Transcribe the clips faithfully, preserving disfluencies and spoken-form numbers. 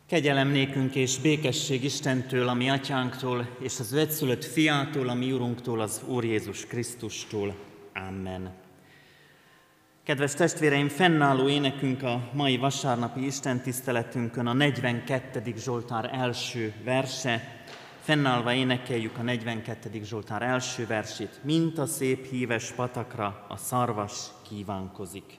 Kegyelem nékünk és békesség Istentől, a mi atyánktól, és az ő egyszülött fiától, a mi Urunktól, az Úr Jézus Krisztustól. Amen. Kedves testvéreim, fennálló énekünk a mai vasárnapi istentiszteletünkön a negyvenkettedik Zsoltár első verse. Fennállva énekeljük a negyvenkettedik Zsoltár első versét. Mint a szép híves patakra a szarvas kívánkozik.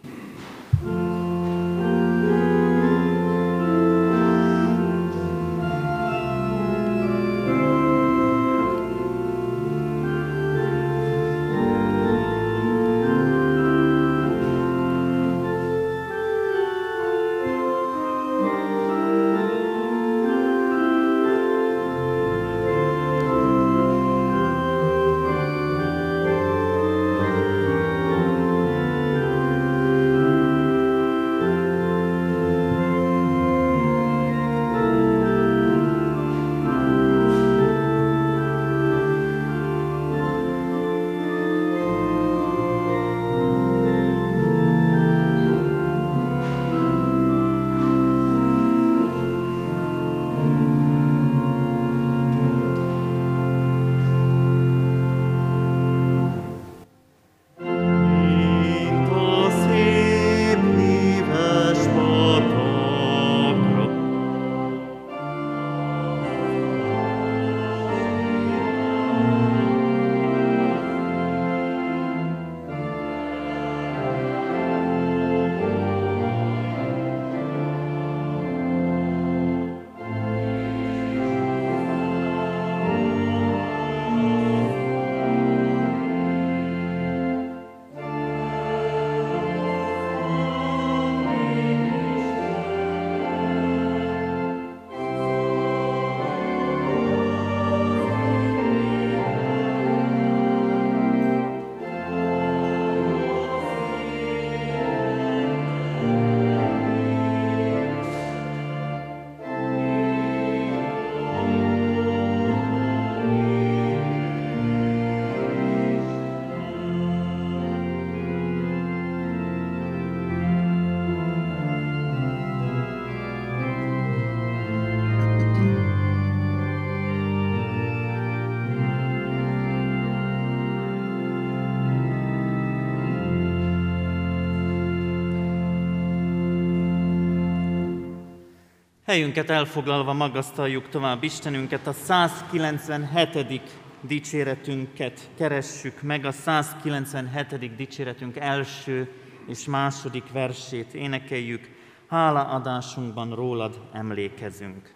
Helyünket elfoglalva magasztaljuk tovább Istenünket, a százkilencvenhetedik dicséretünket keressük meg, a százkilencvenhetedik dicséretünk első és második versét énekeljük, hálaadásunkban rólad emlékezünk.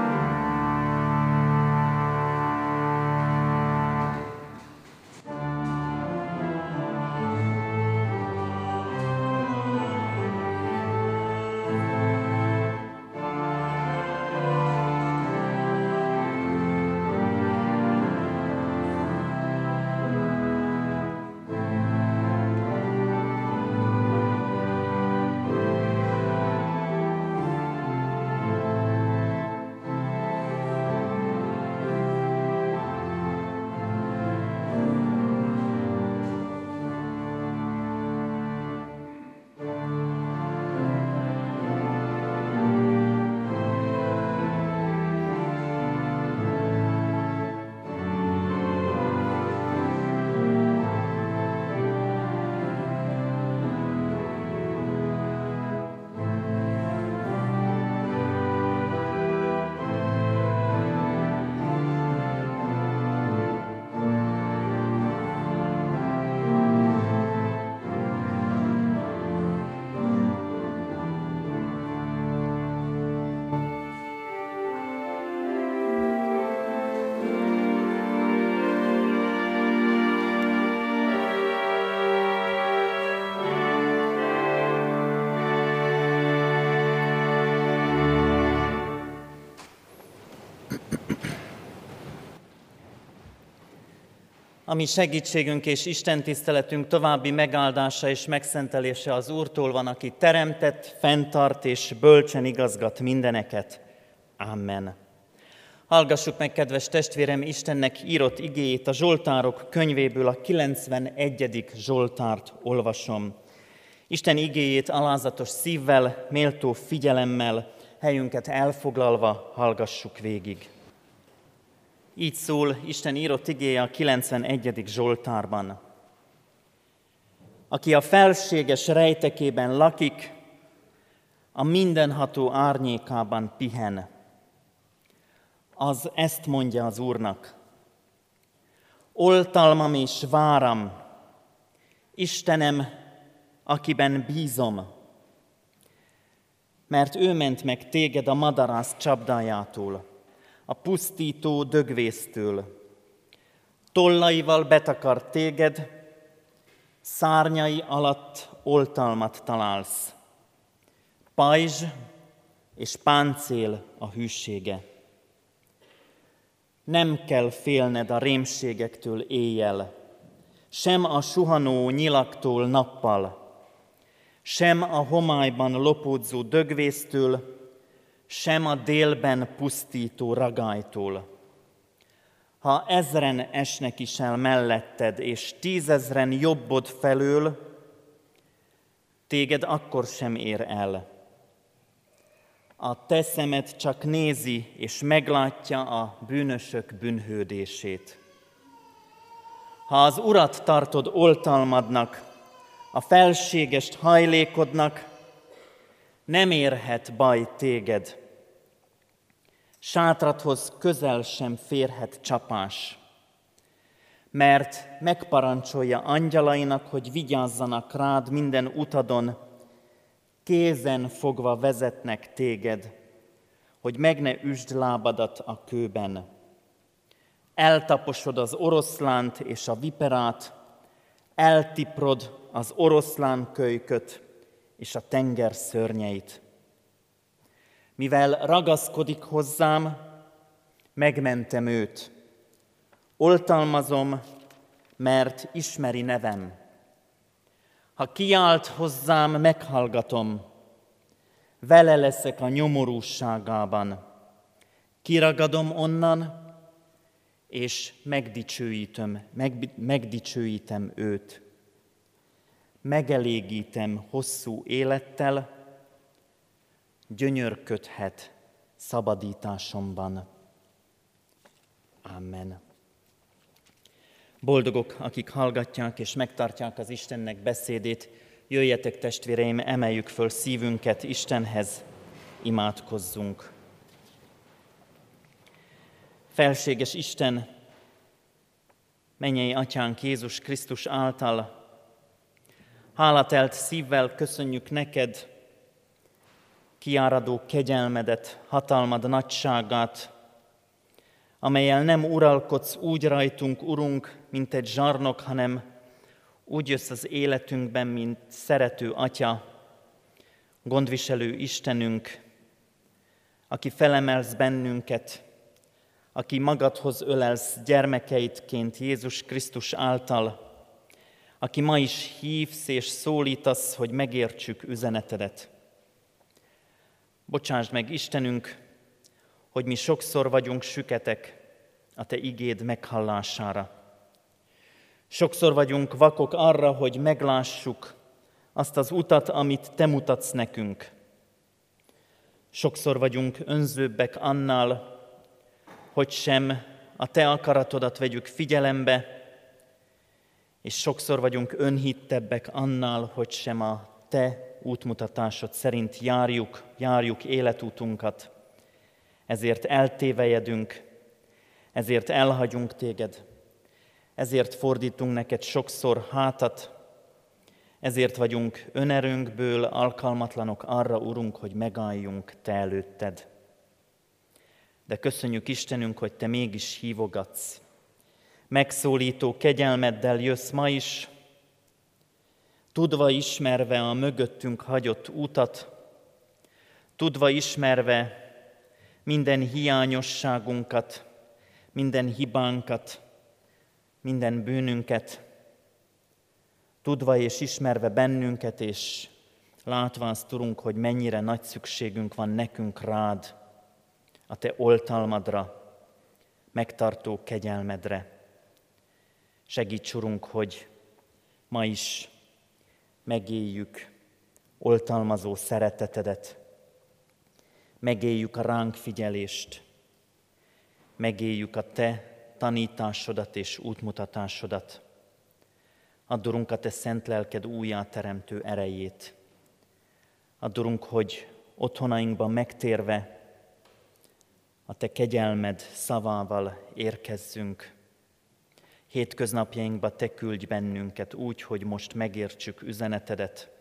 Thank you. A mi segítségünk és istentiszteletünk további megáldása és megszentelése az Úrtól van, aki teremtett, fenntart és bölcsen igazgat mindeneket. Amen. Hallgassuk meg, kedves testvérem, Istennek írott igéjét a Zsoltárok könyvéből, a kilencvenegyedik Zsoltárt olvasom. Isten igéjét alázatos szívvel, méltó figyelemmel, helyünket elfoglalva hallgassuk végig. Így szól Isten írott igéje a kilencvenegyedik Zsoltárban. Aki a felséges rejtekében lakik, a mindenható árnyékában pihen. Az ezt mondja az Úrnak: oltalmam és váram, Istenem, akiben bízom, mert ő ment meg téged a madarász csapdájától, a pusztító dögvésztől. Tollaival betakart téged, szárnyai alatt oltalmat találsz. Pajzs és páncél a hűsége. Nem kell félned a rémségektől éjjel, sem a suhanó nyilaktól nappal, sem a homályban lopódzó dögvésztől, sem a délben pusztító ragálytól. Ha ezren esnek is el melletted, és tízezren jobbod felől, téged akkor sem ér el. A te szemed csak nézi és meglátja a bűnösök bűnhődését. Ha az Urat tartod oltalmadnak, a felségest hajlékodnak, nem érhet baj téged. Sátradhoz közel sem férhet csapás, mert megparancsolja angyalainak, hogy vigyázzanak rád minden utadon, kézen fogva vezetnek téged, hogy meg ne üsd lábadat a kőben. Eltaposod az oroszlánt és a viperát, eltiprod az oroszlánkölyköt és a tenger szörnyeit. Mivel ragaszkodik hozzám, megmentem őt. Oltalmazom, mert ismeri nevem. Ha kiált hozzám, meghallgatom. Vele leszek a nyomorúságában. Kiragadom onnan, és megdicsőítem, meg, megdicsőítem őt. Megelégítem hosszú élettel, gyönyörködhet szabadításomban. Amen. Boldogok, akik hallgatják és megtartják az Istennek beszédét. Jöjjetek, testvéreim, emeljük föl szívünket Istenhez, imádkozzunk. Felséges Isten, mennyei Atyánk Jézus Krisztus által, hálatelt szívvel köszönjük neked kiáradó kegyelmedet, hatalmad nagyságát, amellyel nem uralkodsz úgy rajtunk, Urunk, mint egy zsarnok, hanem úgy jössz az életünkben, mint szerető Atya, gondviselő Istenünk, aki felemelsz bennünket, aki magadhoz ölelsz gyermekeidként Jézus Krisztus által, aki ma is hívsz és szólítasz, hogy megértsük üzenetedet. Bocsásd meg, Istenünk, hogy mi sokszor vagyunk süketek a Te igéd meghallására. Sokszor vagyunk vakok arra, hogy meglássuk azt az utat, amit Te mutatsz nekünk. Sokszor vagyunk önzőbbek annál, hogy sem a Te akaratodat vegyük figyelembe, és sokszor vagyunk önhittebbek annál, hogy sem a Te útmutatásod szerint járjuk, járjuk életútunkat. Ezért eltévejedünk, ezért elhagyunk téged, ezért fordítunk neked sokszor hátat, ezért vagyunk önerőnkből alkalmatlanok arra, Urunk, hogy megálljunk Te előtted. De köszönjük, Istenünk, hogy Te mégis hívogatsz. Megszólító kegyelmeddel jössz ma is, tudva ismerve a mögöttünk hagyott útat, tudva ismerve minden hiányosságunkat, minden hibánkat, minden bűnünket, tudva és ismerve bennünket, és látva azt, Urunk, hogy mennyire nagy szükségünk van nekünk rád, a Te oltalmadra, megtartó kegyelmedre. Segíts, Urunk, hogy ma is megéljük oltalmazó szeretetedet, megéljük a ránk figyelést, megéljük a Te tanításodat és útmutatásodat. Add, Urunk, a Te szent lelked újjáteremtő erejét. Add, Urunk, hogy otthonainkban megtérve a Te kegyelmed szavával érkezzünk. Hétköznapjainkba Te küldj bennünket úgy, hogy most megértsük üzenetedet.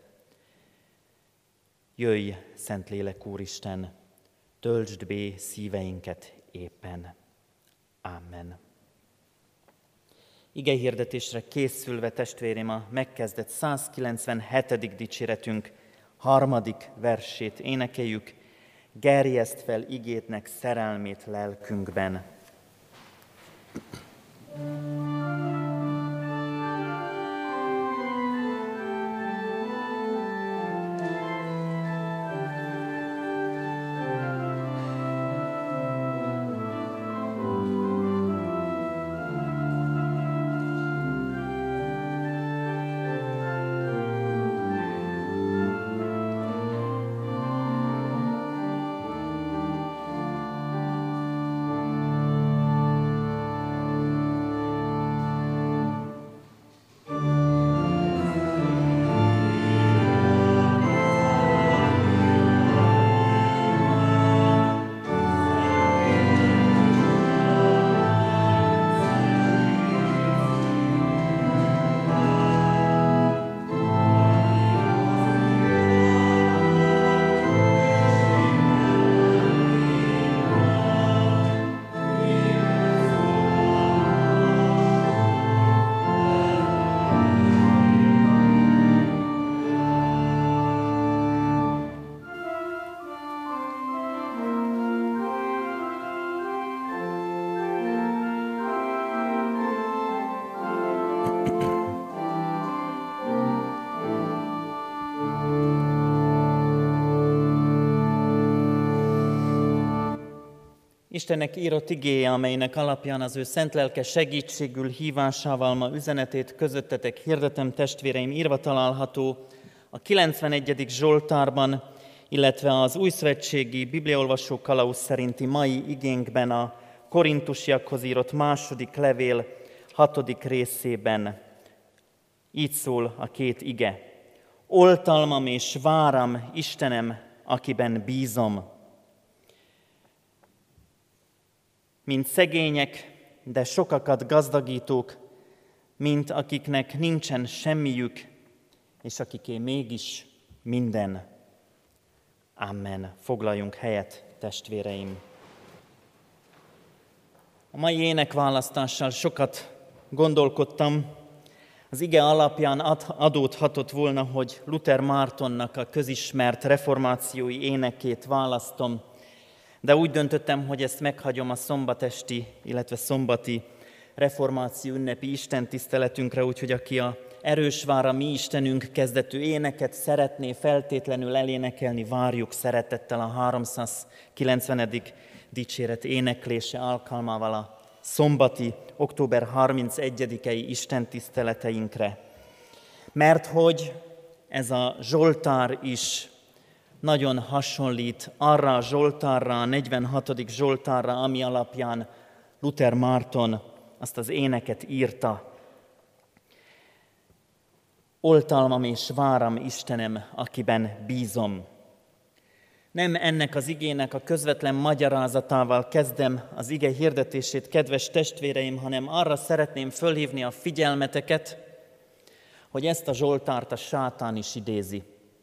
Jöjj, Szentlélek Úristen, töltsd be szíveinket éppen. Amen. Igehirdetésre készülve, testvérem, a megkezdett százkilencvenhetedik dicséretünk harmadik versét énekeljük. Gerjeszt fel igédnek szerelmét lelkünkben. Istennek írott igéje, amelynek alapján az ő szent lelke segítségül hívásával ma üzenetét közöttetek hirdetem, testvéreim, írva található a kilencvenegyedik Zsoltárban, illetve az újszövetségi bibliaolvasó kalauz szerinti mai igénkben a korintusiakhoz írott második levél hatodik részében. Így szól a két ige. Oltalmam és váram, Istenem, akiben bízom. Mint szegények, de sokakat gazdagítók, mint akiknek nincsen semmiük, és akiké mégis minden. Amen. Foglaljunk helyet, testvéreim. A mai énekválasztással sokat gondolkodtam. Az ige alapján adódhatott volna, hogy Luther Mártonnak a közismert reformációi énekét választom, de úgy döntöttem, hogy ezt meghagyom a szombatesti, illetve szombati reformáció ünnepi istentiszteletünkre, úgyhogy aki a Erős vár a mi Istenünk kezdetű éneket szeretné feltétlenül elénekelni, várjuk szeretettel a háromszázkilencvenedik dicséret éneklése alkalmával a szombati, október harmincegyedikei istentiszteleteinkre. Mert hogy ez a Zsoltár is nagyon hasonlít arra a Zsoltárra, a negyvenhatodik Zsoltárra, ami alapján Luther Márton azt az éneket írta. Oltalmam és váram, Istenem, akiben bízom. Nem ennek az igének a közvetlen magyarázatával kezdem az ige hirdetését, kedves testvéreim, hanem arra szeretném fölhívni a figyelmeteket, hogy ezt a Zsoltárt a sátán is idézi.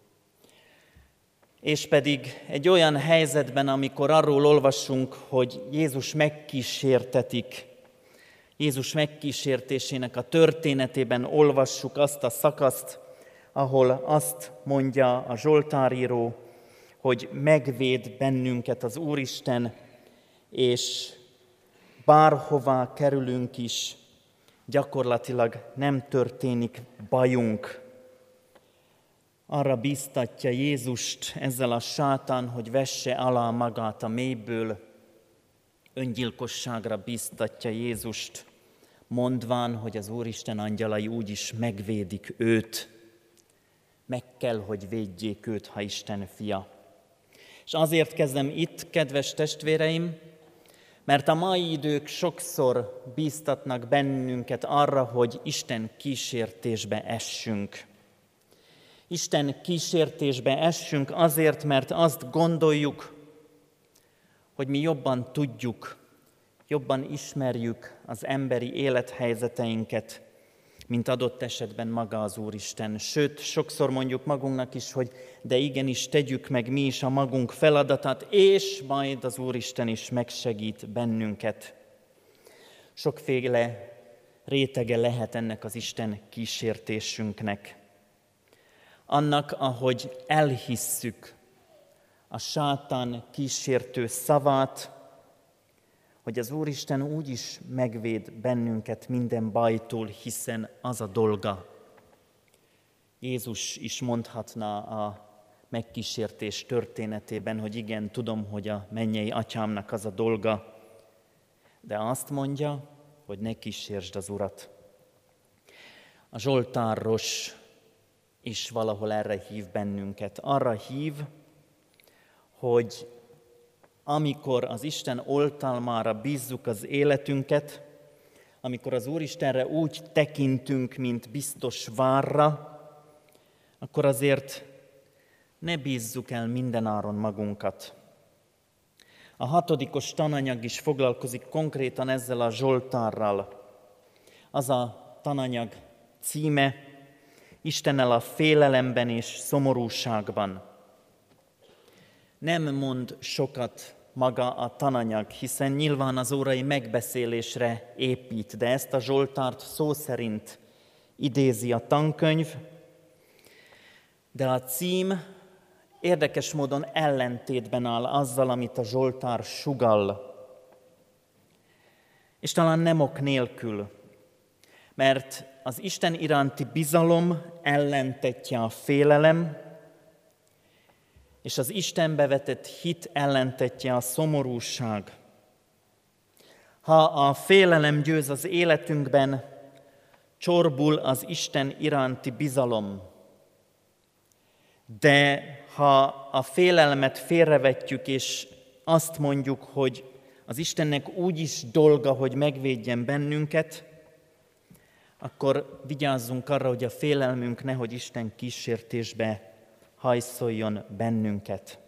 És pedig egy olyan helyzetben, amikor arról olvasunk, hogy Jézus megkísértetik, Jézus megkísértésének a történetében olvassuk azt a szakaszt, ahol azt mondja a Zsoltáríró, hogy megvéd bennünket az Úristen, és bárhová kerülünk is, gyakorlatilag nem történik bajunk. Arra bíztatja Jézust ezzel a sátán, hogy vesse alá magát a mélyből, öngyilkosságra bíztatja Jézust, mondván, hogy az Úristen angyalai úgyis megvédik őt. Meg kell, hogy védjék őt, ha Isten fia. És azért kezdem itt, kedves testvéreim, mert a mai idők sokszor bíztatnak bennünket arra, hogy Isten kísértésbe essünk. Isten kísértésbe essünk azért, mert azt gondoljuk, hogy mi jobban tudjuk, jobban ismerjük az emberi élethelyzeteinket, mint adott esetben maga az Úristen. Sőt, sokszor mondjuk magunknak is, hogy de igenis tegyük meg mi is a magunk feladatát, és majd az Úristen is megsegít bennünket. Sokféle rétege lehet ennek az Isten kísértésünknek. Annak, ahogy elhisszük a sátán kísértő szavát, hogy az Úristen úgyis megvéd bennünket minden bajtól, hiszen az a dolga. Jézus is mondhatná a megkísértés történetében, hogy igen, tudom, hogy a mennyei atyámnak az a dolga, de azt mondja, hogy ne kísérsd az Urat. A Zsoltáros is valahol erre hív bennünket. Arra hív, hogy amikor az Isten oltalmára bízzuk az életünket, amikor az Úristenre úgy tekintünk, mint biztos várra, akkor azért ne bízzuk el mindenáron magunkat. A hatodikos tananyag is foglalkozik konkrétan ezzel a Zsoltárral. Az a tananyag címe, Istennel a félelemben és szomorúságban. Nem mond sokat maga a tananyag, hiszen nyilván az órai megbeszélésre épít, de ezt a Zsoltárt szó szerint idézi a tankönyv, de a cím érdekes módon ellentétben áll azzal, amit a Zsoltár sugall. És talán nem ok nélkül, mert az Isten iránti bizalom ellentetje a félelem, és az Istenbe vetett hit ellentetje a szomorúság. Ha a félelem győz az életünkben, csorbul az Isten iránti bizalom. De ha a félelmet félrevetjük, és azt mondjuk, hogy az Istennek úgy is dolga, hogy megvédjen bennünket, akkor vigyázzunk arra, hogy a félelmünk nehogy Isten kísértésbe hajszoljon bennünket.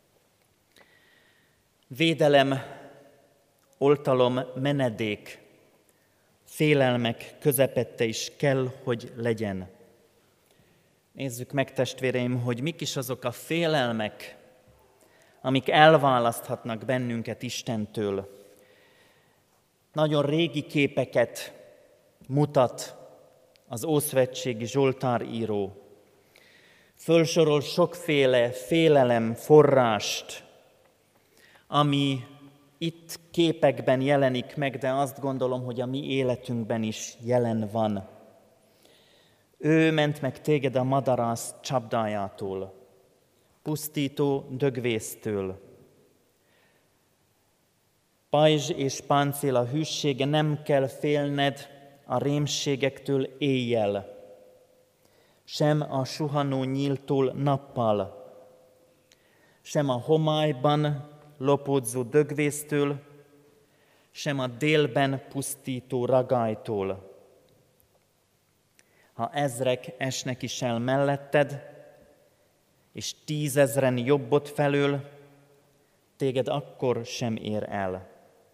Védelem, oltalom, menedék, félelmek közepette is kell, hogy legyen. Nézzük meg, testvéreim, hogy mik is azok a félelmek, amik elválaszthatnak bennünket Istentől. Nagyon régi képeket mutat az ószövetségi Zsoltáríró. Fölsorol sokféle félelem forrást, ami itt képekben jelenik meg, de azt gondolom, hogy a mi életünkben is jelen van. Ő ment meg téged a madarász csapdájától, pusztító dögvésztől. Pajzs és páncél a hűsége, nem kell félned a rémségektől éjjel, sem a suhanó nyíltól nappal, sem a homályban lopódzó dögvésztől, sem a délben pusztító ragálytól. Ha ezrek esnek is el melletted, és tízezren jobbot felől, téged akkor sem ér el.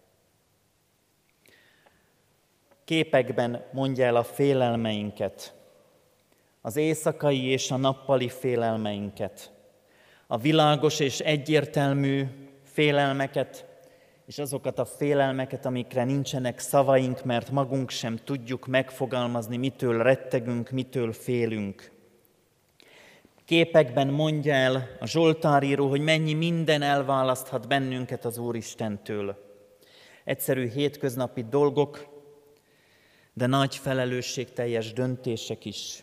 Képekben mondja el a félelmeinket, az éjszakai és a nappali félelmeinket, a világos és egyértelmű félelmeket, és azokat a félelmeket, amikre nincsenek szavaink, mert magunk sem tudjuk megfogalmazni, mitől rettegünk, mitől félünk. Képekben mondja el a Zsoltáríró, hogy mennyi minden elválaszthat bennünket az Úristentől. Egyszerű hétköznapi dolgok, de nagy felelősségteljes döntések is.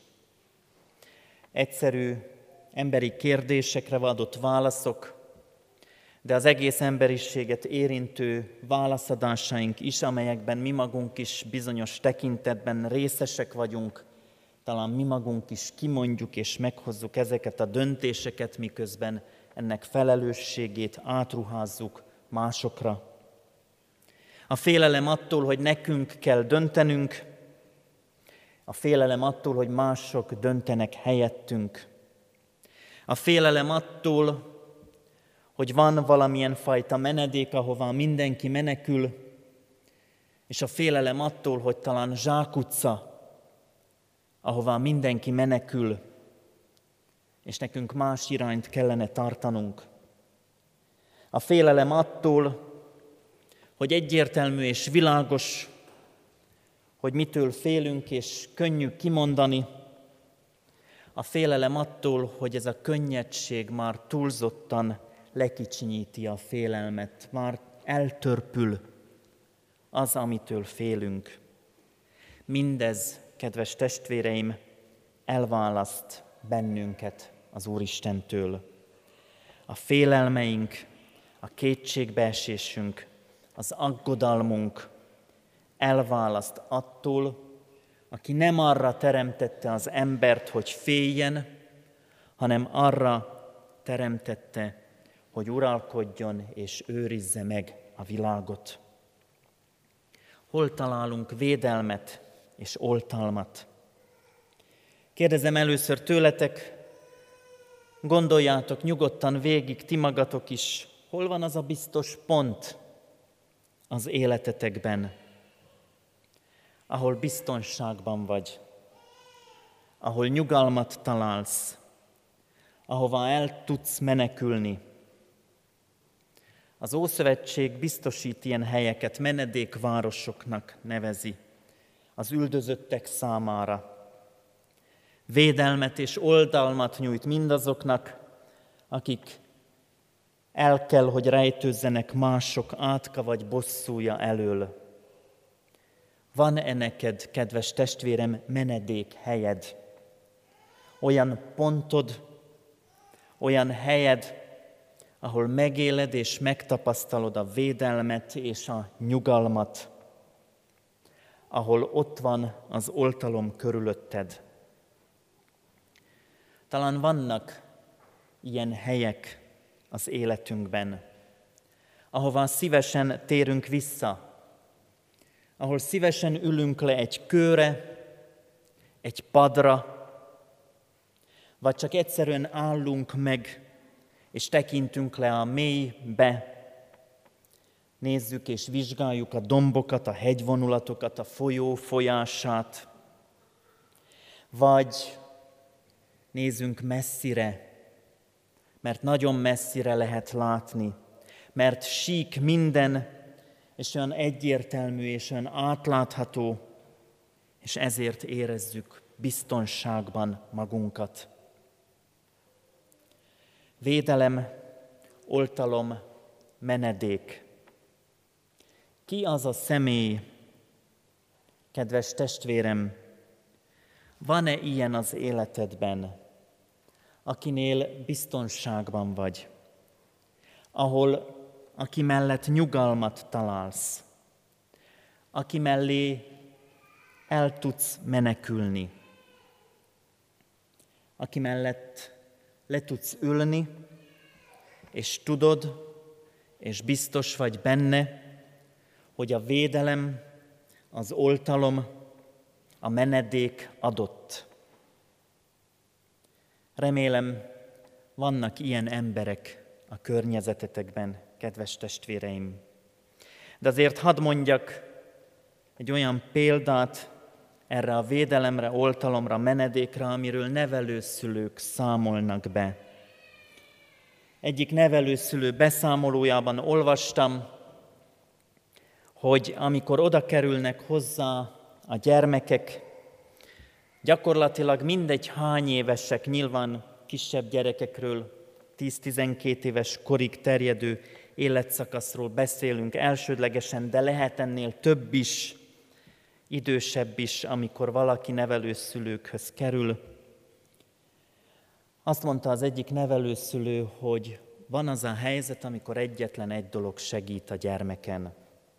Egyszerű emberi kérdésekre adott válaszok, de az egész emberiséget érintő válaszadásaink is, amelyekben mi magunk is bizonyos tekintetben részesek vagyunk, talán mi magunk is kimondjuk és meghozzuk ezeket a döntéseket, miközben ennek felelősségét átruházzuk másokra. A félelem attól, hogy nekünk kell döntenünk, a félelem attól, hogy mások döntenek helyettünk, a félelem attól, hogy van valamilyen fajta menedék, ahová mindenki menekül, és a félelem attól, hogy talán zsákutca, ahová mindenki menekül, és nekünk más irányt kellene tartanunk. A félelem attól, hogy egyértelmű és világos, hogy mitől félünk, és könnyű kimondani. A félelem attól, hogy ez a könnyedség már túlzottan lekicsinyíti a félelmet, már eltörpül az, amitől félünk. Mindez, kedves testvéreim, elválaszt bennünket az Úristentől. A félelmeink, a kétségbeesésünk, az aggodalmunk elválaszt attól, aki nem arra teremtette az embert, hogy féljen, hanem arra teremtette, hogy uralkodjon és őrizze meg a világot. Hol találunk védelmet és oltalmat? Kérdezem először tőletek, gondoljátok nyugodtan végig ti magatok is, hol van az a biztos pont az életetekben, ahol biztonságban vagy, ahol nyugalmat találsz, ahova el tudsz menekülni. Az Ószövetség biztosít ilyen helyeket, menedékvárosoknak nevezi az üldözöttek számára. Védelmet és oldalmat nyújt mindazoknak, akik el kell, hogy rejtőzzenek mások átka vagy bosszúja elől. Van-e neked, kedves testvérem, menedék helyed? Olyan pontod, olyan helyed, ahol megéled és megtapasztalod a védelmet és a nyugalmat, ahol ott van az oltalom körülötted. Talán vannak ilyen helyek az életünkben, ahová szívesen térünk vissza, ahol szívesen ülünk le egy kőre, egy padra, vagy csak egyszerűen állunk meg, és tekintünk le a mélybe, nézzük és vizsgáljuk a dombokat, a hegyvonulatokat, a folyó folyását, vagy nézzünk messzire, mert nagyon messzire lehet látni, mert sík minden, és olyan egyértelmű, és olyan átlátható, és ezért érezzük biztonságban magunkat. Védelem, oltalom, menedék. Ki az a személy, kedves testvérem, van-e ilyen az életedben, akinél biztonságban vagy, ahol, aki mellett nyugalmat találsz, aki mellé el tudsz menekülni, aki mellett le tudsz ülni, és tudod, és biztos vagy benne, hogy a védelem, az oltalom, a menedék adott. Remélem, vannak ilyen emberek a környezetetekben, kedves testvéreim. De azért hadd mondjak egy olyan példát erre a védelemre, oltalomra, menedékre, amiről nevelőszülők számolnak be. Egyik nevelőszülő beszámolójában olvastam, hogy amikor oda kerülnek hozzá a gyermekek, gyakorlatilag mindegy hány évesek, nyilván kisebb gyerekekről, tíz-tizenkét éves korig terjedő életszakaszról beszélünk elsődlegesen, de lehet ennél több is. idősebb is, amikor valaki nevelőszülőkhöz kerül. Azt mondta az egyik nevelőszülő, hogy van az a helyzet, amikor egyetlen egy dolog segít a gyermeken.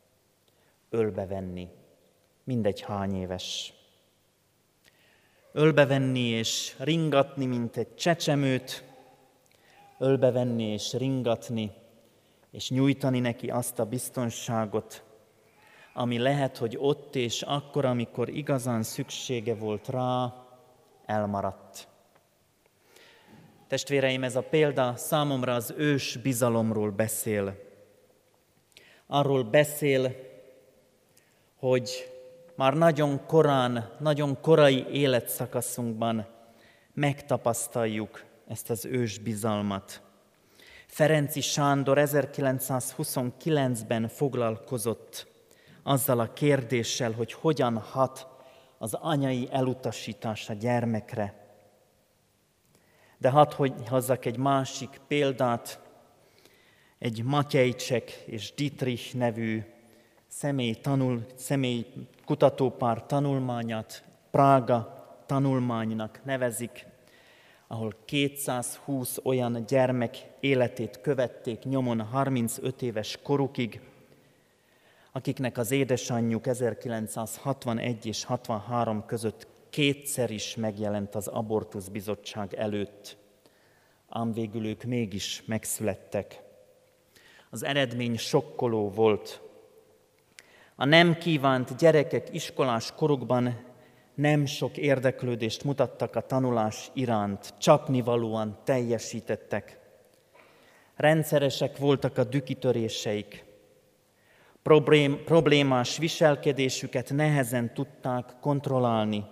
Ölbevenni, mindegy hány éves. Ölbevenni és ringatni, mint egy csecsemőt, ölbevenni és ringatni, és nyújtani neki azt a biztonságot, ami lehet, hogy ott és akkor, amikor igazán szüksége volt rá, elmaradt. Testvéreim, ez a példa számomra az ős bizalomról beszél. Arról beszél, hogy már nagyon korán, nagyon korai életszakaszunkban megtapasztaljuk ezt az ős bizalmat. Ferenczy Sándor ezerkilencszázhuszonkilencben foglalkozott azzal a kérdéssel, hogy hogyan hat az anyai elutasítás a gyermekre. De hadd hogy hozzak egy másik példát, egy Matyejcsek és Dietrich nevű személy, tanul, személy kutatópár tanulmányát Prága tanulmánynak nevezik, ahol kétszázhúsz olyan gyermek életét követték nyomon harmincöt éves korukig, akiknek az édesanyjuk ezerkilencszázhatvanegy és hatvanhárom között kétszer is megjelent az abortusz bizottság előtt, ám végül ők mégis megszülettek. Az eredmény sokkoló volt. A nem kívánt gyerekek iskolás korukban nem sok érdeklődést mutattak a tanulás iránt, csapnivalóan teljesítettek. Rendszeresek voltak a dükitöréseik. Problém, problémás viselkedésüket nehezen tudták kontrollálni.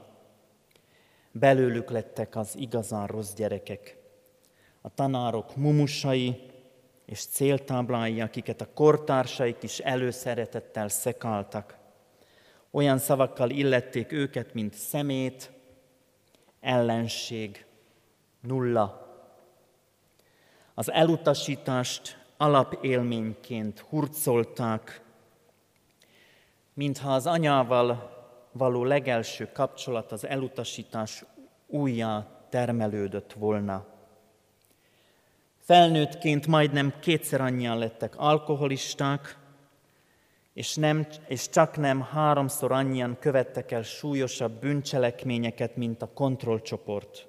Belőlük lettek az igazán rossz gyerekek. A tanárok mumusai és céltáblái, akiket a kortársaik is előszeretettel szekáltak. Olyan szavakkal illették őket, mint szemét, ellenség, nulla. Az elutasítást alapélményként hurcolták, mintha az anyával való legelső kapcsolat, az elutasítás újjá termelődött volna. Felnőttként majdnem kétszer annyian lettek alkoholisták, és, nem, és csak nem háromszor annyian követtek el súlyosabb bűncselekményeket, mint a kontrollcsoport.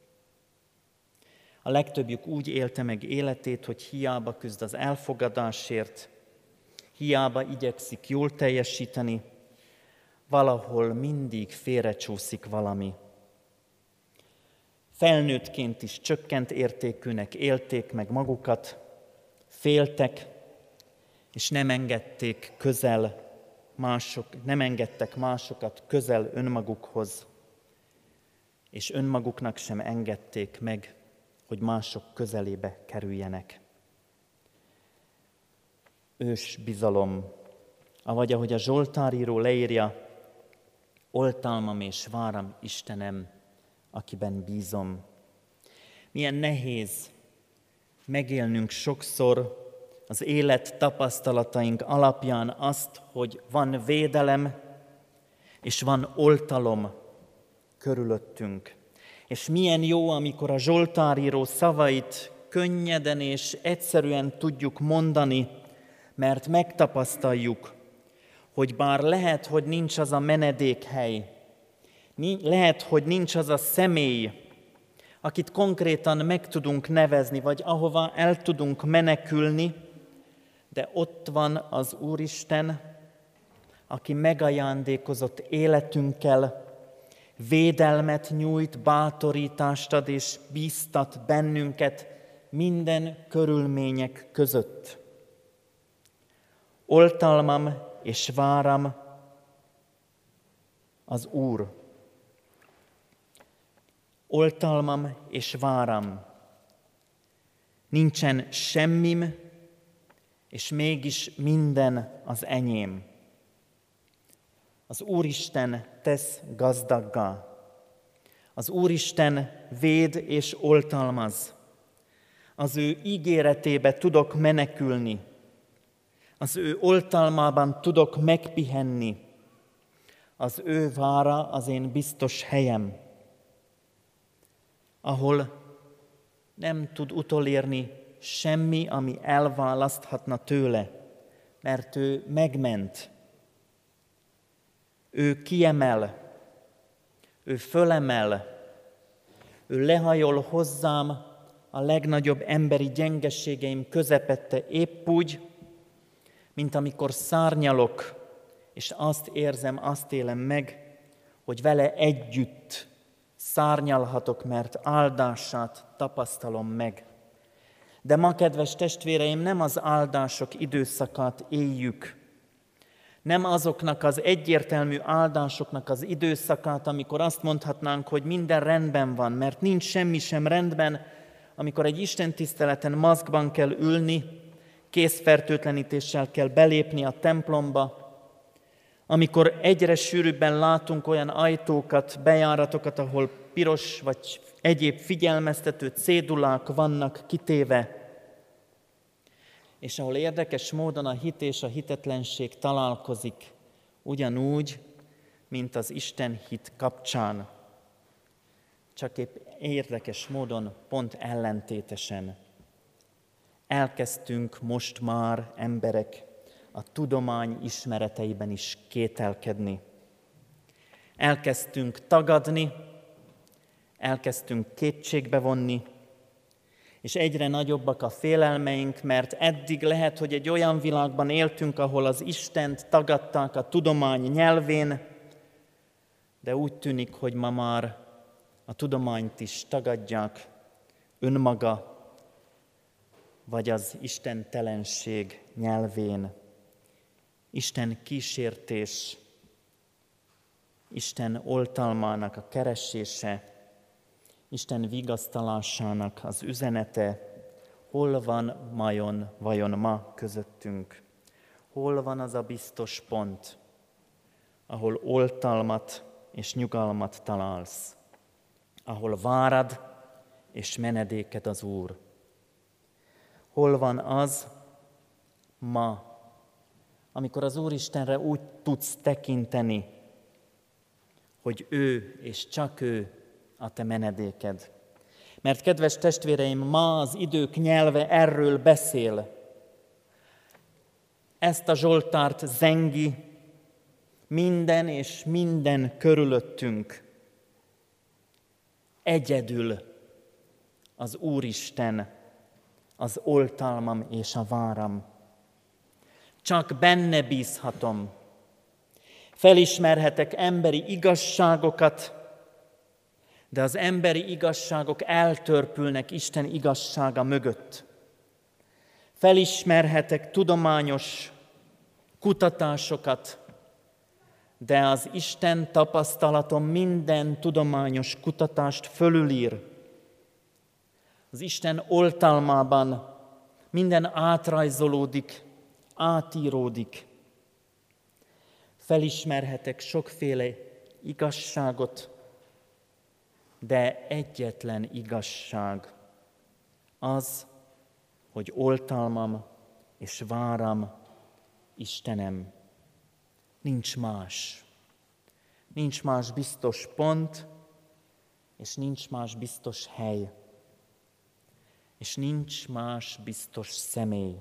A legtöbbjük úgy élte meg életét, hogy hiába küzd az elfogadásért, hiába igyekszik jól teljesíteni, valahol mindig félrecsúszik valami. Felnőttként is csökkent értékűnek élték meg magukat, féltek, és nem engedték közel mások, nem engedtek másokat közel önmagukhoz, és önmaguknak sem engedték meg, hogy mások közelébe kerüljenek. Ős bizalom, avagy ahogy a Zsoltáríró leírja, oltalmam és váram Istenem, akiben bízom. Milyen nehéz megélnünk sokszor az élet tapasztalataink alapján azt, hogy van védelem és van oltalom körülöttünk. És milyen jó, amikor a Zsoltáríró szavait könnyeden és egyszerűen tudjuk mondani, mert megtapasztaljuk, hogy bár lehet, hogy nincs az a menedékhely, lehet, hogy nincs az a személy, akit konkrétan meg tudunk nevezni, vagy ahova el tudunk menekülni, de ott van az Úristen, aki megajándékozott életünkkel, védelmet nyújt, bátorítást ad és bíztat bennünket minden körülmények között. Oltalmam és váram az Úr. Oltalmam és váram. Nincsen semmim, és mégis minden az enyém. Az Úristen tesz gazdaggá. Az Úristen véd és oltalmaz. Az ő ígéretébe tudok menekülni. Az ő oltalmában tudok megpihenni. Az ő vára az én biztos helyem, ahol nem tud utolérni semmi, ami elválaszthatna tőle, mert ő megment, ő kiemel, ő fölemel, ő lehajol hozzám a legnagyobb emberi gyengeségeim közepette, épp úgy, mint amikor szárnyalok, és azt érzem, azt élem meg, hogy vele együtt szárnyalhatok, mert áldását tapasztalom meg. De ma, kedves testvéreim, nem az áldások időszakát éljük, nem azoknak az egyértelmű áldásoknak az időszakát, amikor azt mondhatnánk, hogy minden rendben van, mert nincs semmi sem rendben, amikor egy istentiszteleten maszkban kell ülni, kézfertőtlenítéssel kell belépni a templomba, amikor egyre sűrűbben látunk olyan ajtókat, bejáratokat, ahol piros vagy egyéb figyelmeztető cédulák vannak kitéve, és ahol érdekes módon a hit és a hitetlenség találkozik, ugyanúgy, mint az Isten hit kapcsán. Csak épp érdekes módon pont ellentétesen. Elkezdtünk most már emberek a tudomány ismereteiben is kételkedni. Elkezdtünk tagadni, elkezdtünk kétségbe vonni, és egyre nagyobbak a félelmeink, mert eddig lehet, hogy egy olyan világban éltünk, ahol az Istent tagadták a tudomány nyelvén, de úgy tűnik, hogy ma már a tudományt is tagadják önmaga, vagy az istentelenség nyelvén. Isten kísértés, Isten oltalmának a keresése, Isten vigasztalásának az üzenete, hol van majon, vajon ma közöttünk? Hol van az a biztos pont, ahol oltalmat és nyugalmat találsz, ahol várad és menedéked az Úr? Hol van az ma, amikor az Úristenre úgy tudsz tekinteni, hogy ő és csak ő a te menedéked? Mert, kedves testvéreim, ma az idők nyelve erről beszél. Ezt a Zsoltárt zengi minden és minden körülöttünk. Egyedül az Úristen, az oltalmam és a váram. Csak benne bízhatom. Felismerhetek emberi igazságokat, de az emberi igazságok eltörpülnek Isten igazsága mögött. Felismerhetek tudományos kutatásokat, de az Isten tapasztalatom minden tudományos kutatást fölülír. Az Isten oltalmában minden átrajzolódik, átíródik. Felismerhetek sokféle igazságot, de egyetlen igazság az, hogy oltalmam és váram Istenem. Nincs más. Nincs más biztos pont, és nincs más biztos hely, és nincs más biztos személy.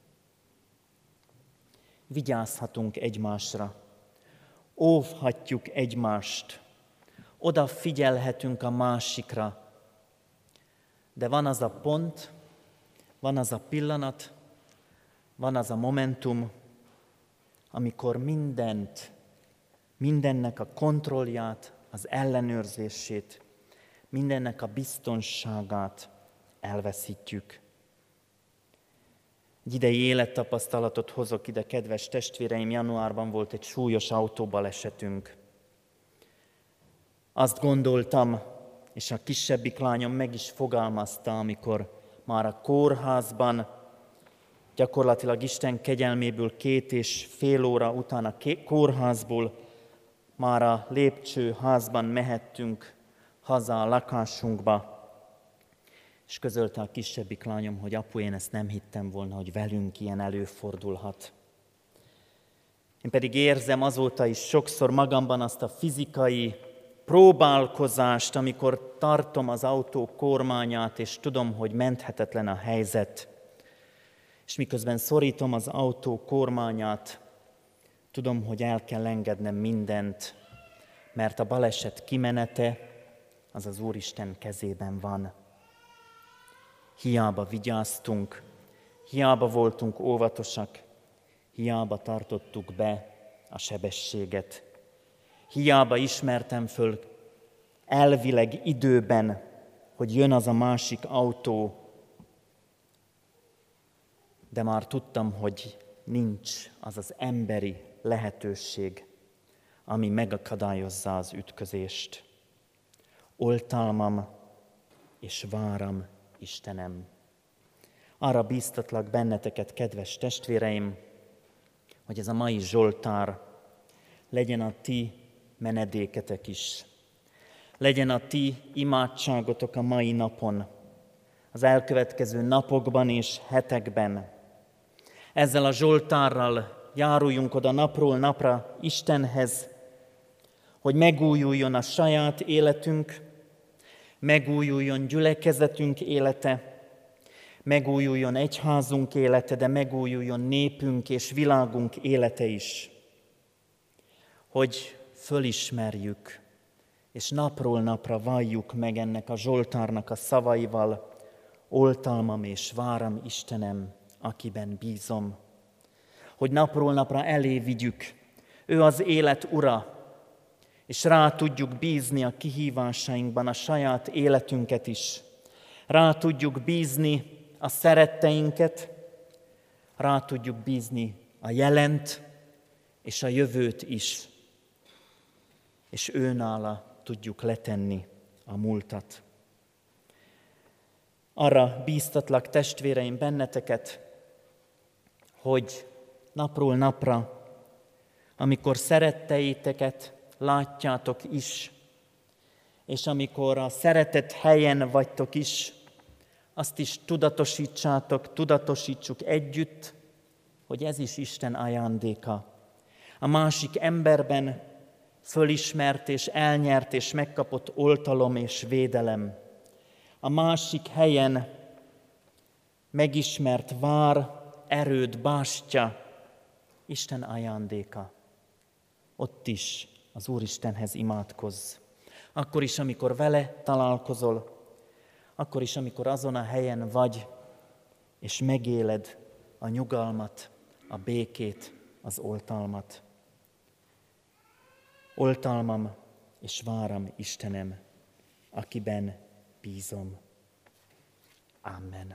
Vigyázhatunk egymásra, óvhatjuk egymást, odafigyelhetünk a másikra, de van az a pont, van az a pillanat, van az a momentum, amikor mindent, mindennek a kontrollját, az ellenőrzését, mindennek a biztonságát elveszítjük. Egy idei élettapasztalatot hozok ide, kedves testvéreim, januárban volt egy súlyos autóbalesetünk. Azt gondoltam, és a kisebbik lányom meg is fogalmazta, amikor már a kórházban, gyakorlatilag Isten kegyelméből két és fél óra után a kórházból már a lépcsőházban mehettünk haza a lakásunkba, és közölte a kisebbik lányom, hogy apu, én ezt nem hittem volna, hogy velünk ilyen előfordulhat. Én pedig érzem azóta is sokszor magamban azt a fizikai próbálkozást, amikor tartom az autó kormányát, és tudom, hogy menthetetlen a helyzet. És miközben szorítom az autó kormányát, tudom, hogy el kell engednem mindent, mert a baleset kimenete az az Úristen kezében van. Hiába vigyáztunk, hiába voltunk óvatosak, hiába tartottuk be a sebességet. Hiába ismertem föl elvileg időben, hogy jön az a másik autó, de már tudtam, hogy nincs az az emberi lehetőség, ami megakadályozza az ütközést. Oltalmam és váram, Istenem. Arra bíztatlak benneteket, kedves testvéreim, hogy ez a mai Zsoltár legyen a ti menedéketek is. Legyen a ti imádságotok a mai napon, az elkövetkező napokban és hetekben. Ezzel a Zsoltárral járuljunk oda napról napra Istenhez, hogy megújuljon a saját életünk, megújuljon gyülekezetünk élete, megújuljon egyházunk élete, de megújuljon népünk és világunk élete is. Hogy fölismerjük, és napról napra valljuk meg ennek a Zsoltárnak a szavaival: oltalmam és váram, Istenem, akiben bízom. Hogy napról napra elé vigyük, ő az élet ura, és rá tudjuk bízni a kihívásainkban a saját életünket is. Rá tudjuk bízni a szeretteinket, rá tudjuk bízni a jelent és a jövőt is, és őnála tudjuk letenni a múltat. Arra bíztatlak, testvéreim, benneteket, hogy napról napra, amikor szeretteiteket látjátok is, és amikor a szeretett helyen vagytok is, azt is tudatosítsátok, tudatosítsuk együtt, hogy ez is Isten ajándéka. A másik emberben fölismert és elnyert és megkapott oltalom és védelem. A másik helyen megismert vár, erőd, bástya, Isten ajándéka. Ott is az Úristenhez imádkozz. Akkor is, amikor vele találkozol, akkor is, amikor azon a helyen vagy, és megéled a nyugalmat, a békét, az oltalmat. Oltalmam és váram, Istenem, akiben bízom. Amen.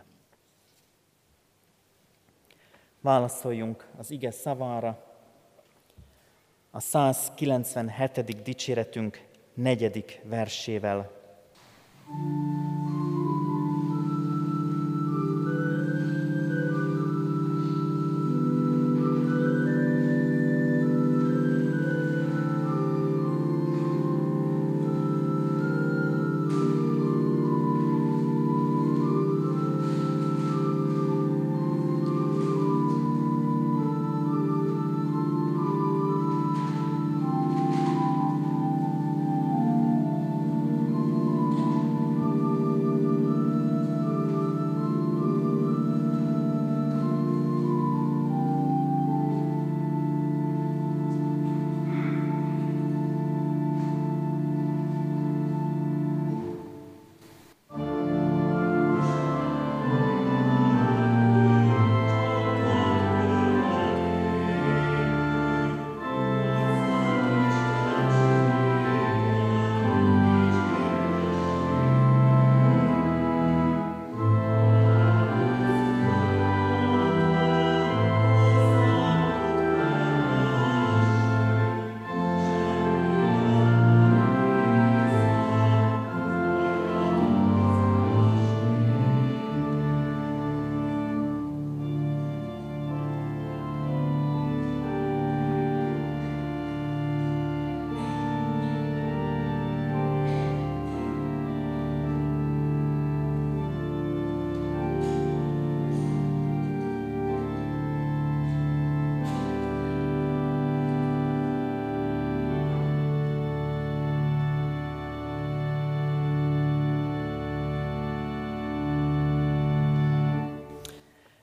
Válaszoljunk az ige szavára. A százkilencvenhetedik dicséretünk negyedik versével.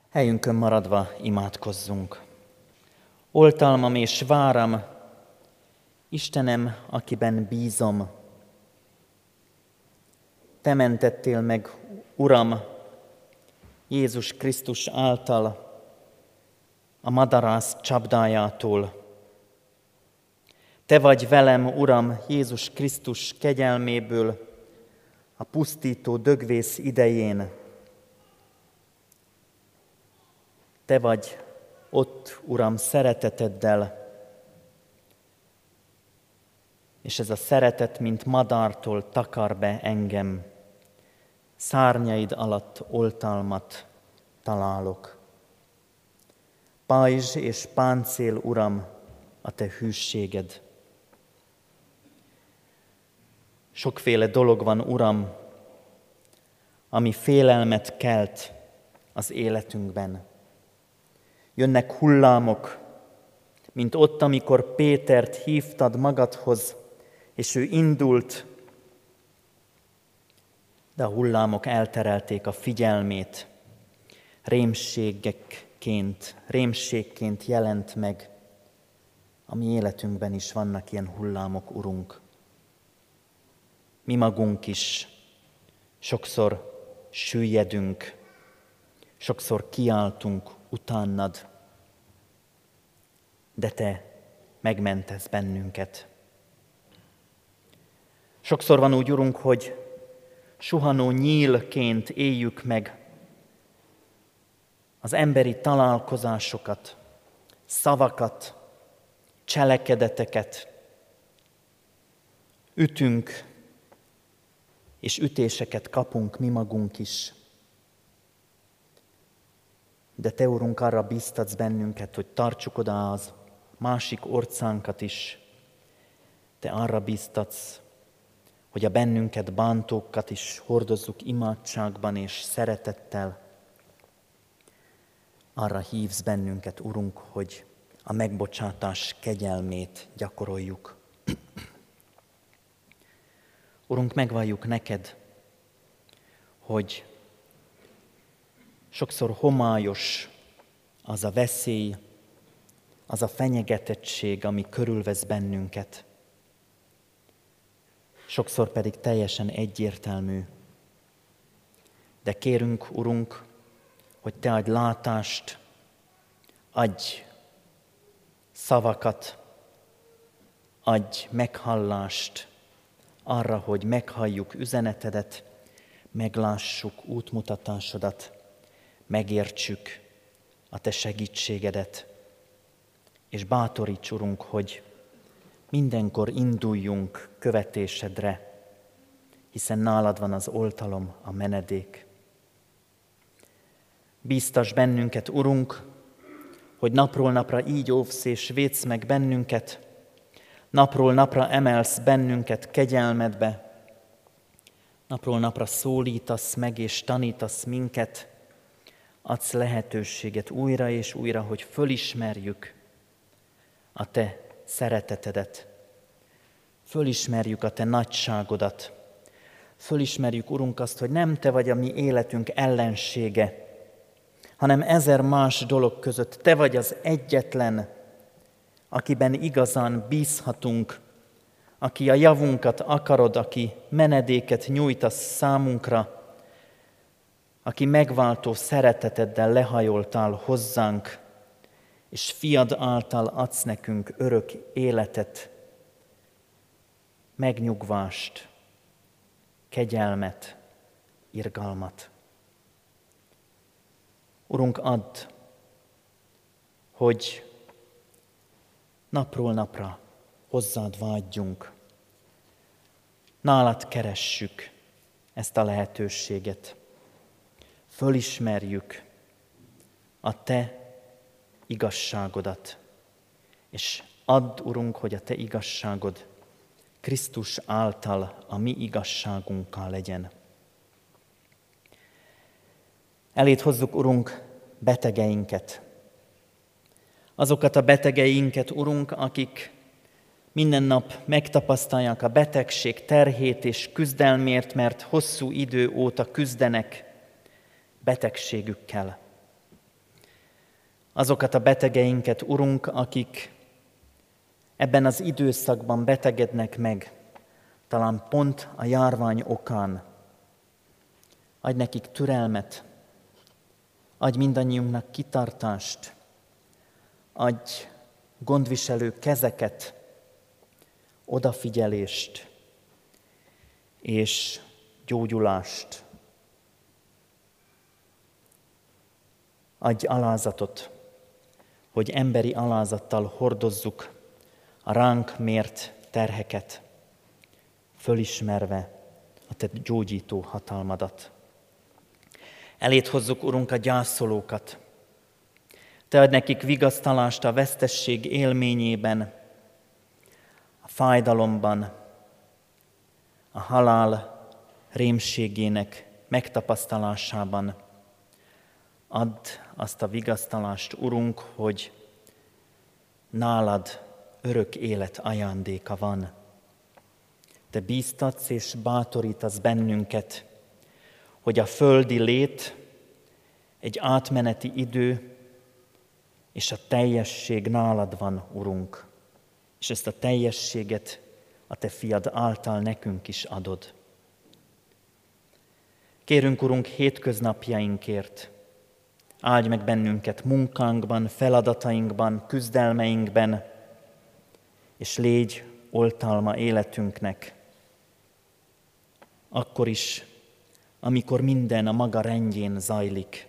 Helyünkön maradva imádkozzunk. Oltalmam és váram, Istenem, akiben bízom. Te mentettél meg, Uram, Jézus Krisztus által a madarász csapdájától. Te vagy velem, Uram, Jézus Krisztus kegyelméből a pusztító dögvész idején. Te vagy ott, Uram, szereteteddel, és ez a szeretet, mint madártól takar be engem. Szárnyaid alatt oltalmat találok. Pajzs és páncél, Uram, a te hűséged. Sokféle dolog van, Uram, ami félelmet kelt az életünkben. Jönnek hullámok, mint ott, amikor Pétert hívtad magadhoz, és ő indult, de a hullámok elterelték a figyelmét. Rémségekként, rémségként jelent meg. A mi életünkben is vannak ilyen hullámok, Urunk. Mi magunk is sokszor süllyedünk, sokszor kiáltunk utánad, de Te megmentesz bennünket. Sokszor van úgy, Urunk, hogy suhanó nyílként éljük meg az emberi találkozásokat, szavakat, cselekedeteket. Ütünk, és ütéseket kapunk mi magunk is. De Te, Urunk, arra bíztatsz bennünket, hogy tartsuk oda az másik orcánkat is. Te arra bíztatsz, hogy a bennünket bántókat is hordozzuk imádságban és szeretettel. Arra hívsz bennünket, Urunk, hogy a megbocsátás kegyelmét gyakoroljuk. Urunk, megvalljuk neked, hogy sokszor homályos az a veszély, az a fenyegetettség, ami körülvesz bennünket. Sokszor pedig teljesen egyértelmű. De kérünk, Urunk, hogy Te adj látást, adj szavakat, adj meghallást arra, hogy meghalljuk üzenetedet, meglássuk útmutatásodat, megértsük a Te segítségedet, és bátoríts, Urunk, hogy mindenkor induljunk követésedre, hiszen nálad van az oltalom, a menedék. Bíztass bennünket, Urunk, hogy napról napra így óvsz és védsz meg bennünket, napról napra emelsz bennünket kegyelmedbe, napról napra szólítasz meg és tanítasz minket, adsz lehetőséget újra és újra, hogy fölismerjük a Te szeretetedet, fölismerjük a Te nagyságodat, fölismerjük, Urunk, azt, hogy nem Te vagy a mi életünk ellensége, hanem ezer más dolog között Te vagy az egyetlen, akiben igazán bízhatunk, aki a javunkat akarod, aki menedéket nyújtasz számunkra, aki megváltó szereteteddel lehajoltál hozzánk, és fiad által adsz nekünk örök életet, megnyugvást, kegyelmet, irgalmat. Urunk, add, hogy napról napra hozzád vágyjunk, nálad keressük ezt a lehetőséget, fölismerjük a Te igazságodat, és add, Urunk, hogy a Te igazságod Krisztus által a mi igazságunkkal legyen. Eléd hozzuk, Urunk, betegeinket. Azokat a betegeinket, Urunk, akik minden nap megtapasztalják a betegség terhét és küzdelmért, mert hosszú idő óta küzdenek betegségükkel. azokat a betegeinket, Urunk, akik ebben az időszakban betegednek meg, talán pont a járvány okán. Adj nekik türelmet, adj mindannyiunknak kitartást, adj gondviselő kezeket, odafigyelést és gyógyulást. Adj alázatot, hogy emberi alázattal hordozzuk a ránk mért terheket, fölismerve a Te gyógyító hatalmadat. Eléd hozzuk, Urunk, a gyászolókat. Te adj nekik vigasztalást a vesztesség élményében, a fájdalomban, a halál rémségének megtapasztalásában. Add azt a vigasztalást, Urunk, hogy nálad örök élet ajándéka van. Te bíztatsz és bátorítasz bennünket, hogy a földi lét egy átmeneti idő, és a teljesség nálad van, Urunk. És ezt a teljességet a Te fiad által nekünk is adod. Kérünk, Urunk, hétköznapjainkért, áldj meg bennünket munkánkban, feladatainkban, küzdelmeinkben, és légy oltalma életünknek. Akkor is, amikor minden a maga rendjén zajlik.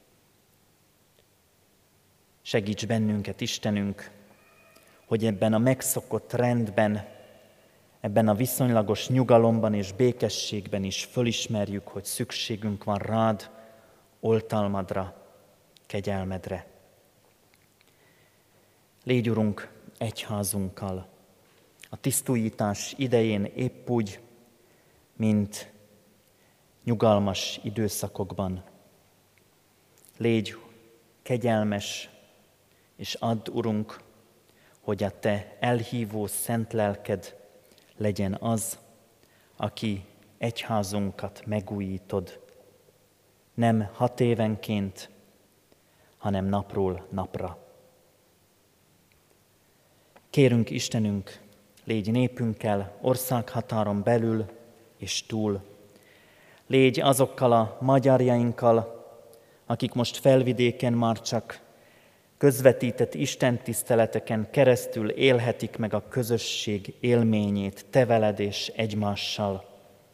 Segíts bennünket, Istenünk, hogy ebben a megszokott rendben, ebben a viszonylagos nyugalomban és békességben is fölismerjük, hogy szükségünk van rád, oltalmadra, kegyelmedre. Légy, Urunk, egyházunkkal, a tisztújítás idején épp úgy, mint nyugalmas időszakokban. Légy kegyelmes, és add, Urunk, hogy a Te elhívó szent lelked legyen az, aki egyházunkat megújítod, nem hat évenként, hanem napról napra. Kérünk, Istenünk, légy népünkkel, országhatáron belül és túl. Légy azokkal a magyarjainkkal, akik most felvidéken már csak közvetített istentiszteleteken keresztül élhetik meg a közösség élményét te veled és egymással.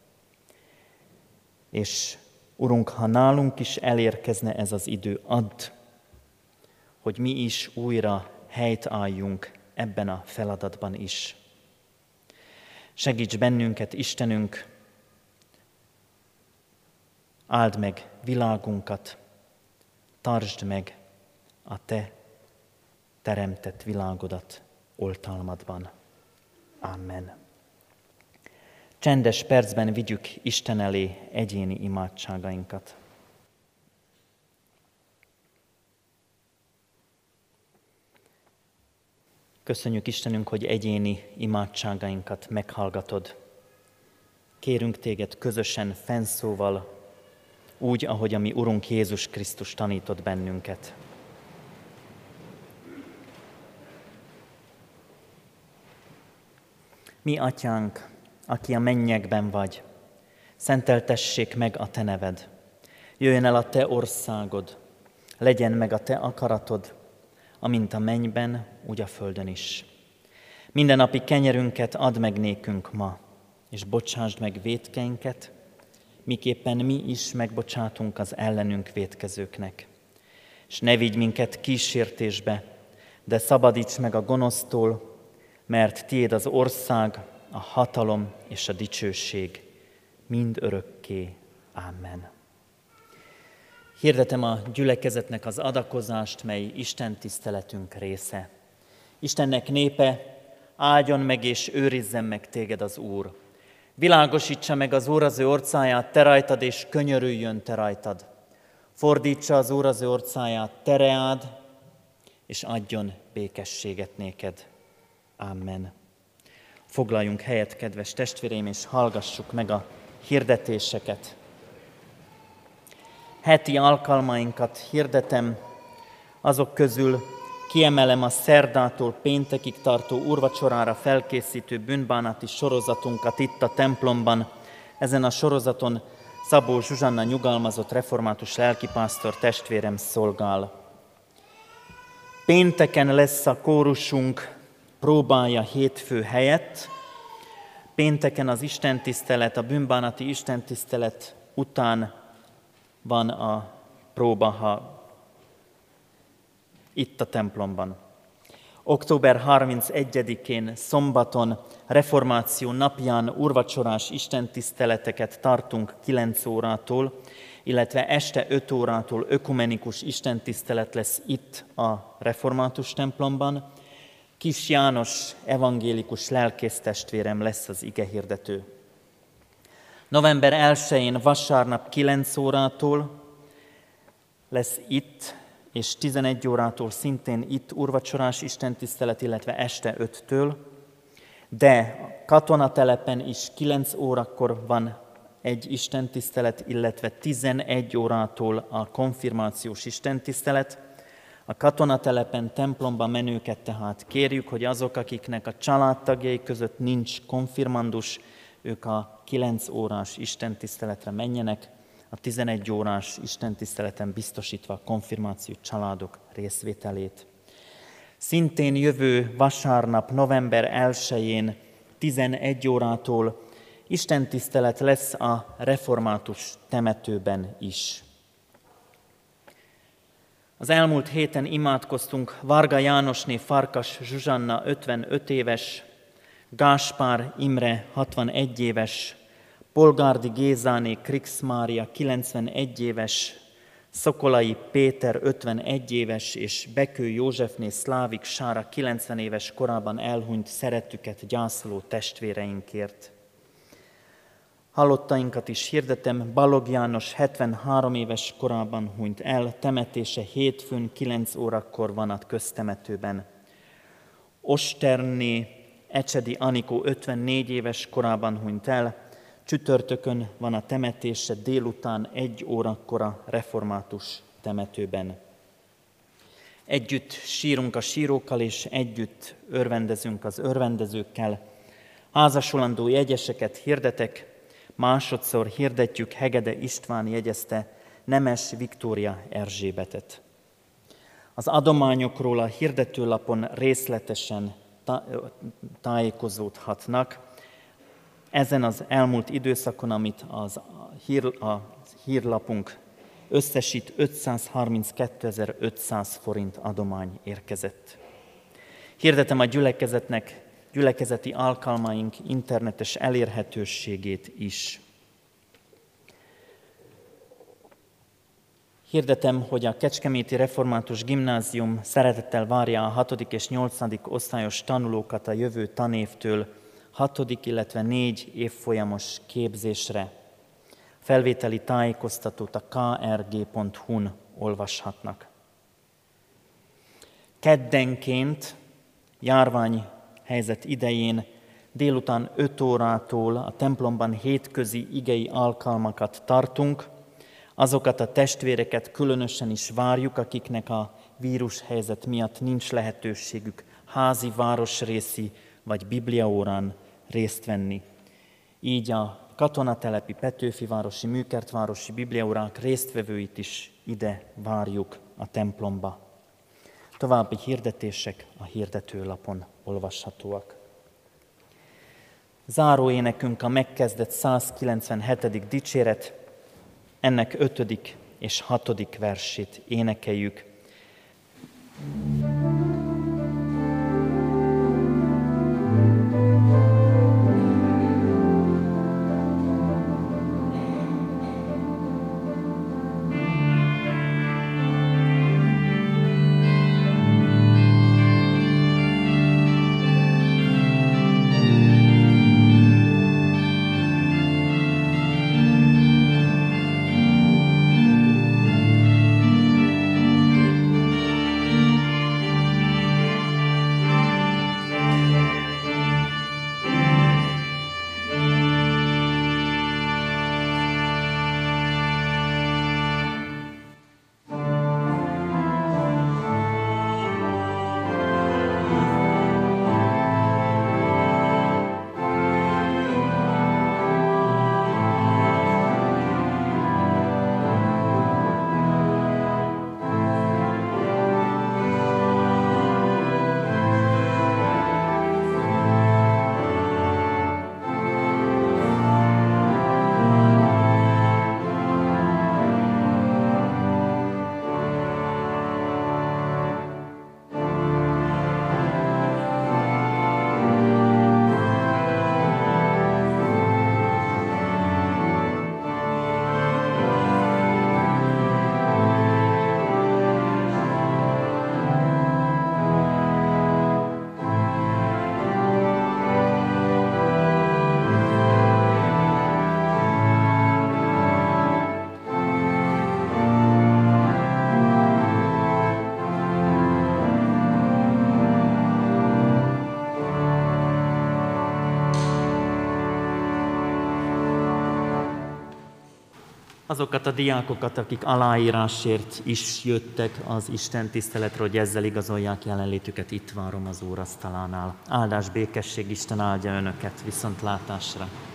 És Urunk, ha nálunk is elérkezne ez az idő, add, hogy mi is újra helyt álljunk ebben a feladatban is. Segíts bennünket, Istenünk, áld meg világunkat, tartsd meg a Te teremtett világodat oltalmadban. Amen. Csendes percben vigyük Isten elé egyéni imádságainkat. Köszönjük, Istenünk, hogy egyéni imádságainkat meghallgatod. Kérünk téged közösen fennszóval, úgy, ahogy a mi Urunk Jézus Krisztus tanított bennünket. Mi, Atyánk, aki a mennyekben vagy, szenteltessék meg a Te neved. Jöjjön el a Te országod, legyen meg a Te akaratod, amint a mennyben, úgy a földön is. Mindennapi kenyerünket add meg nékünk ma, és bocsásd meg vétkeinket, miképpen mi is megbocsátunk az ellenünk vétkezőknek. És ne vigy minket kísértésbe, de szabadíts meg a gonosztól, mert tiéd az ország, a hatalom és a dicsőség mind örökké. Amen. Hirdetem a gyülekezetnek az adakozást, mely Isten tiszteletünk része. Istennek népe, áldjon meg és őrizzen meg téged az Úr. Világosítsa meg az Úr az ő orcáját te rajtad, és könyörüljön te rajtad. Fordítsa az Úr az ő orcáját te reád, és adjon békességet néked. Amen. Foglaljunk helyet, kedves testvéreim, és hallgassuk meg a hirdetéseket. Heti alkalmainkat hirdetem, Azok közül kiemelem a szerdától péntekig tartó úrvacsorára felkészítő bűnbánati sorozatunkat itt a templomban. Ezen a sorozaton Szabó Zsuzsanna nyugalmazott református lelkipásztor testvérem szolgál. Pénteken lesz a kórusunk próbája hétfő helyett. Pénteken az istentisztelet, a bűnbánati istentisztelet után van a próba, ha itt a templomban. október harmincegyedikén szombaton, reformáció napján úrvacsorás istentiszteleteket tartunk kilenc órától, illetve este öt órától ökumenikus istentisztelet lesz itt a református templomban. Kis János evangélikus lelkésztestvérem lesz az igehirdető. november elsején vasárnap kilenc órától lesz itt, és tizenegy órától szintén itt úrvacsorás istentisztelet, illetve este öttől, de katonatelepen is kilenc órakor van egy istentisztelet, illetve tizenegy órától a konfirmációs istentisztelet. A katonatelepen templomba menőket tehát kérjük, hogy azok, akiknek a családtagjai között nincs konfirmandus, ők a kilenc órás istentiszteletre menjenek, a tizenegy órás istentiszteleten biztosítva a konfirmáció családok részvételét. Szintén jövő vasárnap, november elsején tizenegy órától istentisztelet lesz a református temetőben is. Az elmúlt héten imádkoztunk Varga Jánosné Farkas Zsuzsanna ötvenöt éves, Gáspár Imre hatvanegy éves, Polgárdi Gézáné Krix Mária kilencvenegy éves, Szokolai Péter ötvenegy éves és Bekő Józsefné Szlávik Sára kilencven éves korában elhunyt szerettüket gyászoló testvéreinkért. Halottainkat is hirdetem, Balog János hetvenhárom éves korában hunyt el, temetése hétfőn kilenc órakor van a köztemetőben. Osterné Ecsedi Anikó ötvennégy éves korában hunyt el, csütörtökön van a temetése délután egy órakor a református temetőben. Együtt sírunk a sírókkal, és együtt örvendezünk az örvendezőkkel. Házasulandó jegyeseket hirdetek, másodszor hirdetjük, Hegede István jegyezte Nemes Viktória Erzsébetet. Az adományokról a hirdetőlapon részletesen tájékozódhatnak. Ezen az elmúlt időszakon, amit az hír, a hírlapunk összesít, ötszázharminckétezer-ötszáz forint adomány érkezett. Hirdetem a gyülekezetnek, gyülekezeti alkalmaink internetes elérhetőségét is. Hirdetem, hogy a Kecskeméti Református Gimnázium szeretettel várja a hatodik és nyolcadik osztályos tanulókat a jövő tanévtől hatodik, illetve négy évfolyamos képzésre. Felvételi tájékoztatót a k r g pont h u n olvashatnak. Keddenként, járványhelyzet idején délután öt órától a templomban hétközi igei alkalmakat tartunk. Azokat a testvéreket különösen is várjuk, akiknek a vírushelyzet miatt nincs lehetőségük házi, városrészi vagy bibliaórán részt venni. Így a katonatelepi, Petőfivárosi, Műkertvárosi bibliaórák résztvevőit is ide várjuk a templomba. További hirdetések a hirdetőlapon olvashatóak. Záróénekünk a megkezdett százkilencvenhetedik dicséret, ennek ötödik és hatodik versét énekeljük. azokat a diákokat, akik aláírásért is jöttek az Isten tiszteletre, hogy ezzel igazolják jelenlétüket, itt várom az úrasztalánál. Áldás, békesség, Isten áldja önöket, viszontlátásra!